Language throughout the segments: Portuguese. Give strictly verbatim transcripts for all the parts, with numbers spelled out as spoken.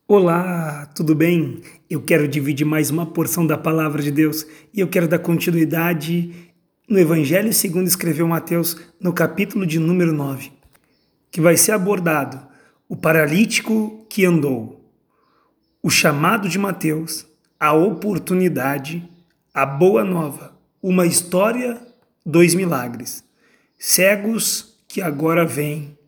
Olá, tudo bem? Eu quero dividir mais uma porção da palavra de Deus e eu quero dar continuidade no Evangelho segundo escreveu Mateus, no capítulo de número nove, que vai ser abordado o paralítico que andou, o chamado de Mateus, a oportunidade, a boa nova, uma história, dois milagres, cegos que agora vêm,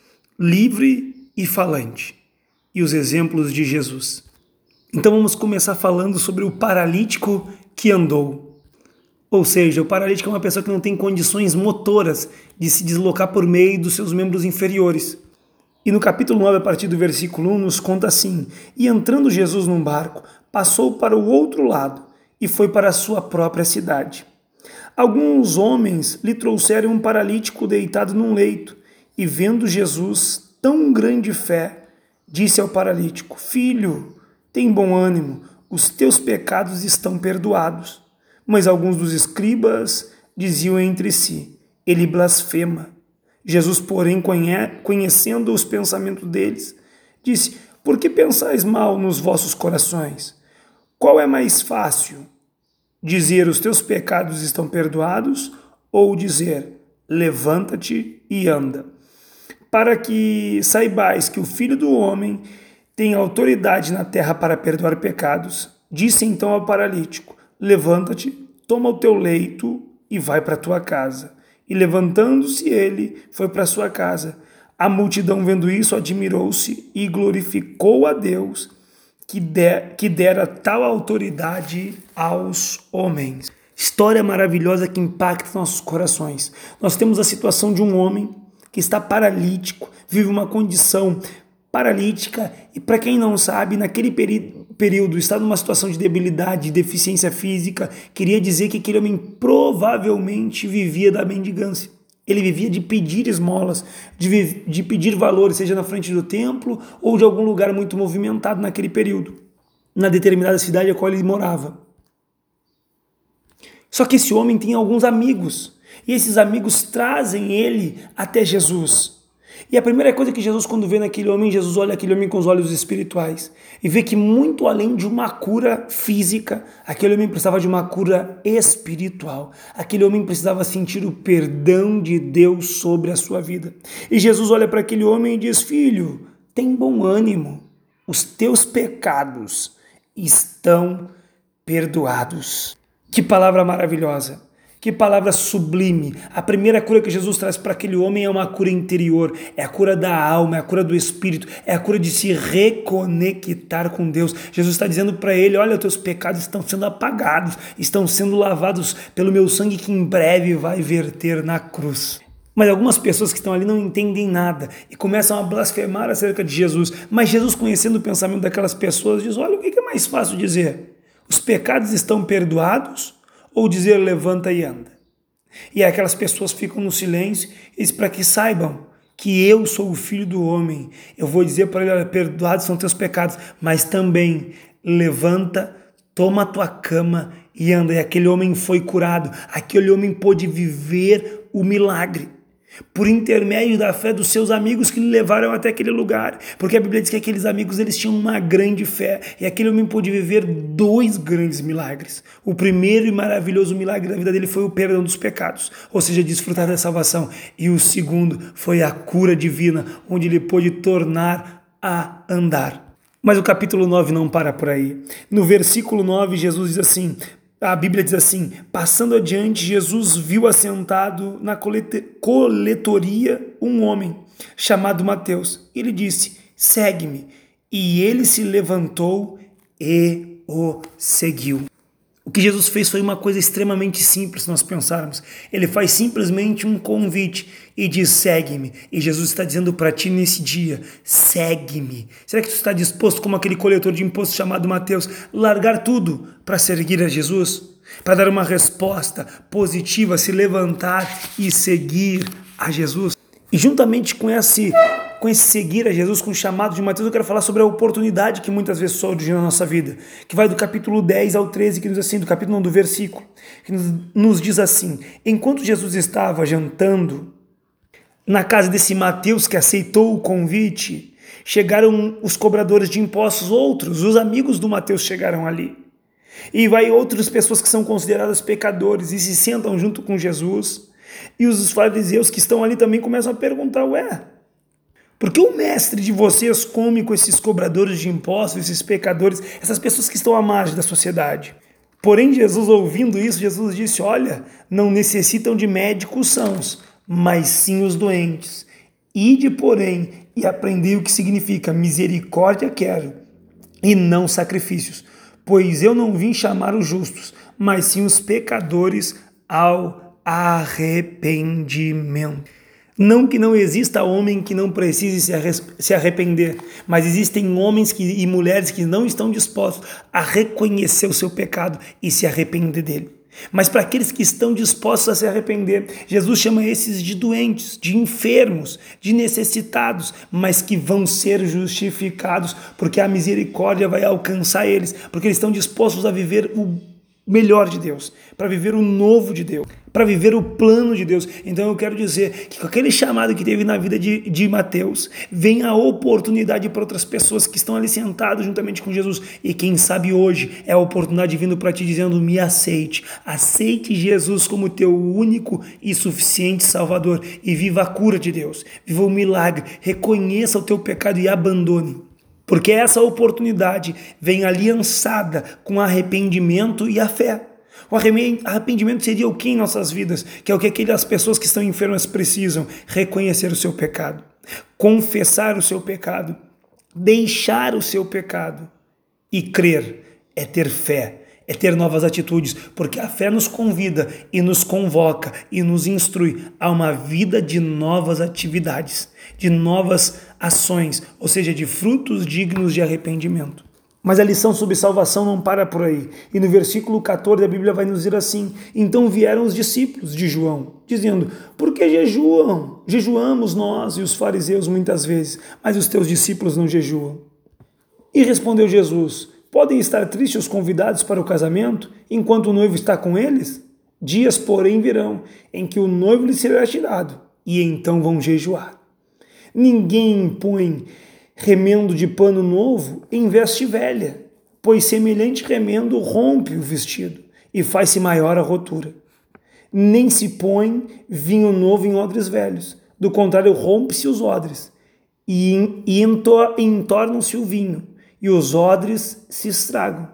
livre e falante, e os exemplos de Jesus. Então vamos começar falando sobre o paralítico que andou. Ou seja, o paralítico é uma pessoa que não tem condições motoras de se deslocar por meio dos seus membros inferiores. E no capítulo nove, a partir do versículo um, nos conta assim: E entrando Jesus num barco, passou para o outro lado e foi para a sua própria cidade. Alguns homens lhe trouxeram um paralítico deitado num leito, e vendo Jesus tão grande fé, disse ao paralítico: Filho, tem bom ânimo, os teus pecados estão perdoados. Mas alguns dos escribas diziam entre si: Ele blasfema. Jesus, porém, conhecendo os pensamentos deles, disse: Por que pensais mal nos vossos corações? Qual é mais fácil? Dizer: Os teus pecados estão perdoados, ou dizer: Levanta-te e anda? Para que saibais que o Filho do Homem tem autoridade na terra para perdoar pecados, disse então ao paralítico: Levanta-te, toma o teu leito e vai para a tua casa. E levantando-se ele, foi para a sua casa. A multidão, vendo isso, admirou-se e glorificou a Deus, que, der, que dera tal autoridade aos homens. História maravilhosa que impacta nossos corações. Nós temos a situação de um homem que está paralítico, vive uma condição paralítica, e para quem não sabe, naquele peri- período está numa situação de debilidade, de deficiência física, queria dizer que aquele homem provavelmente vivia da mendigância. Ele vivia de pedir esmolas, de, de pedir valores, seja na frente do templo ou de algum lugar muito movimentado naquele período, na determinada cidade a qual ele morava. Só que esse homem tem alguns amigos, e esses amigos trazem ele até Jesus. E a primeira coisa que Jesus, quando vê naquele homem, Jesus olha aquele homem com os olhos espirituais e vê que muito além de uma cura física, aquele homem precisava de uma cura espiritual. Aquele homem precisava sentir o perdão de Deus sobre a sua vida. E Jesus olha para aquele homem e diz: Filho, tem bom ânimo, os teus pecados estão perdoados. Que palavra maravilhosa! Que palavra sublime! A primeira cura que Jesus traz para aquele homem é uma cura interior, é a cura da alma, é a cura do espírito, é a cura de se reconectar com Deus. Jesus está dizendo para ele: olha, os teus pecados estão sendo apagados, estão sendo lavados pelo meu sangue que em breve vai verter na cruz. Mas algumas pessoas que estão ali não entendem nada e começam a blasfemar acerca de Jesus. Mas Jesus, conhecendo o pensamento daquelas pessoas, diz: olha, o que é mais fácil dizer? Os pecados estão perdoados? Ou dizer: levanta e anda? E aquelas pessoas ficam no silêncio e diz: para que saibam que eu sou o Filho do Homem, eu vou dizer para ele: olha, perdoados são teus pecados, mas também levanta, toma a tua cama e anda. E aquele homem foi curado, aquele homem pôde viver o milagre, por intermédio da fé dos seus amigos que lhe levaram até aquele lugar, porque a Bíblia diz que aqueles amigos eles tinham uma grande fé, e aquele homem pôde viver dois grandes milagres. O primeiro e maravilhoso milagre da vida dele foi o perdão dos pecados, ou seja, desfrutar da salvação, e o segundo foi a cura divina, onde ele pôde tornar a andar. Mas o capítulo nove não para por aí. No versículo nove, Jesus diz assim, a Bíblia diz assim: passando adiante, Jesus viu assentado na coletoria um homem chamado Mateus. Ele disse: segue-me. E ele se levantou e o seguiu. O que Jesus fez foi uma coisa extremamente simples, se nós pensarmos. Ele faz simplesmente um convite e diz: segue-me. E Jesus está dizendo para ti nesse dia: segue-me. Será que tu está disposto, como aquele coletor de imposto chamado Mateus, largar tudo para seguir a Jesus? Para dar uma resposta positiva, se levantar e seguir a Jesus? E juntamente com esse, com esse seguir a Jesus, com o chamado de Mateus, eu quero falar sobre a oportunidade que muitas vezes surge na nossa vida, que vai do capítulo dez ao treze, que nos diz assim, do capítulo não, do versículo, que nos, nos diz assim: enquanto Jesus estava jantando na casa desse Mateus que aceitou o convite, chegaram os cobradores de impostos, outros, os amigos do Mateus chegaram ali. E vai outras pessoas que são consideradas pecadores e se sentam junto com Jesus. E os fariseus que estão ali também começam a perguntar, ué, por que o mestre de vocês come com esses cobradores de impostos, esses pecadores, essas pessoas que estão à margem da sociedade? Porém, Jesus, ouvindo isso, Jesus disse, olha, não necessitam de médicos sãos, mas sim os doentes. Ide, porém, e aprendei o que significa misericórdia quero, e não sacrifícios, pois eu não vim chamar os justos, mas sim os pecadores ao arrependimento. Não que não exista homem que não precise se arrepender, mas existem homens que, e mulheres que não estão dispostos a reconhecer o seu pecado e se arrepender dele. Mas para aqueles que estão dispostos a se arrepender, Jesus chama esses de doentes, de enfermos, de necessitados, mas que vão ser justificados, porque a misericórdia vai alcançar eles, porque eles estão dispostos a viver o melhor de Deus, para viver o novo de Deus, para viver o plano de Deus. Então eu quero dizer que com aquele chamado que teve na vida de, de Mateus, vem a oportunidade para outras pessoas que estão ali sentadas juntamente com Jesus, e quem sabe hoje é a oportunidade vindo para ti dizendo, me aceite, aceite Jesus como teu único e suficiente Salvador, e viva a cura de Deus, viva o milagre, reconheça o teu pecado e abandone. Porque essa oportunidade vem aliançada com arrependimento e a fé. O arrependimento seria o que em nossas vidas? Que é o que aquelas pessoas que estão enfermas precisam: reconhecer o seu pecado, confessar o seu pecado, deixar o seu pecado e crer. É ter fé, é ter novas atitudes, porque a fé nos convida e nos convoca e nos instrui a uma vida de novas atividades, de novas ações, ou seja, de frutos dignos de arrependimento. Mas a lição sobre salvação não para por aí. E no versículo quatorze a Bíblia vai nos dizer assim: então vieram os discípulos de João, dizendo, por que jejuam? Jejuamos nós e os fariseus muitas vezes, mas os teus discípulos não jejuam. E respondeu Jesus, podem estar tristes os convidados para o casamento, enquanto o noivo está com eles? Dias, porém, virão, em que o noivo lhes será tirado, e então vão jejuar. Ninguém impõe remendo de pano novo em veste velha, pois semelhante remendo rompe o vestido, e faz-se maior a rotura. Nem se põe vinho novo em odres velhos, do contrário rompe-se os odres, e, e entornam-se o vinho, e os odres se estragam.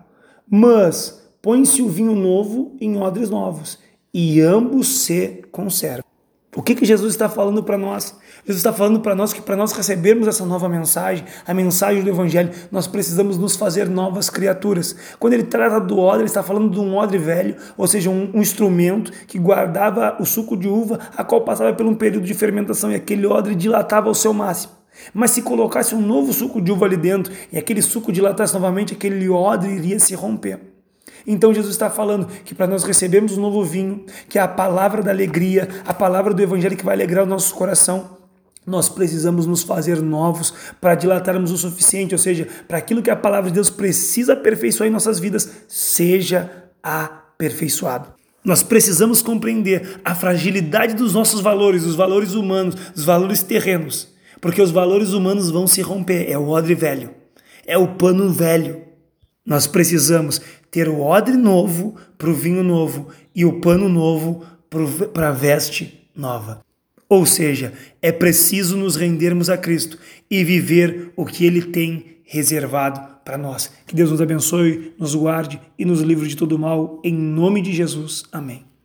Mas põe-se o vinho novo em odres novos, e ambos se conservam. O que que Jesus está falando para nós? Jesus está falando para nós que para nós recebermos essa nova mensagem, a mensagem do Evangelho, nós precisamos nos fazer novas criaturas. Quando ele trata do odre, ele está falando de um odre velho, ou seja, um, um instrumento que guardava o suco de uva, a qual passava por um período de fermentação, e aquele odre dilatava ao seu máximo. Mas se colocasse um novo suco de uva ali dentro, e aquele suco dilatasse novamente, aquele odre iria se romper. Então Jesus está falando que para nós recebermos um novo vinho, que é a palavra da alegria, a palavra do Evangelho que vai alegrar o nosso coração, nós precisamos nos fazer novos para dilatarmos o suficiente, ou seja, para aquilo que a palavra de Deus precisa aperfeiçoar em nossas vidas, seja aperfeiçoado. Nós precisamos compreender a fragilidade dos nossos valores, os valores humanos, os valores terrenos, porque os valores humanos vão se romper, é o odre velho, é o pano velho. Nós precisamos ter o odre novo para o vinho novo e o pano novo para a veste nova. Ou seja, é preciso nos rendermos a Cristo e viver o que Ele tem reservado para nós. Que Deus nos abençoe, nos guarde e nos livre de todo mal. Em nome de Jesus. Amém.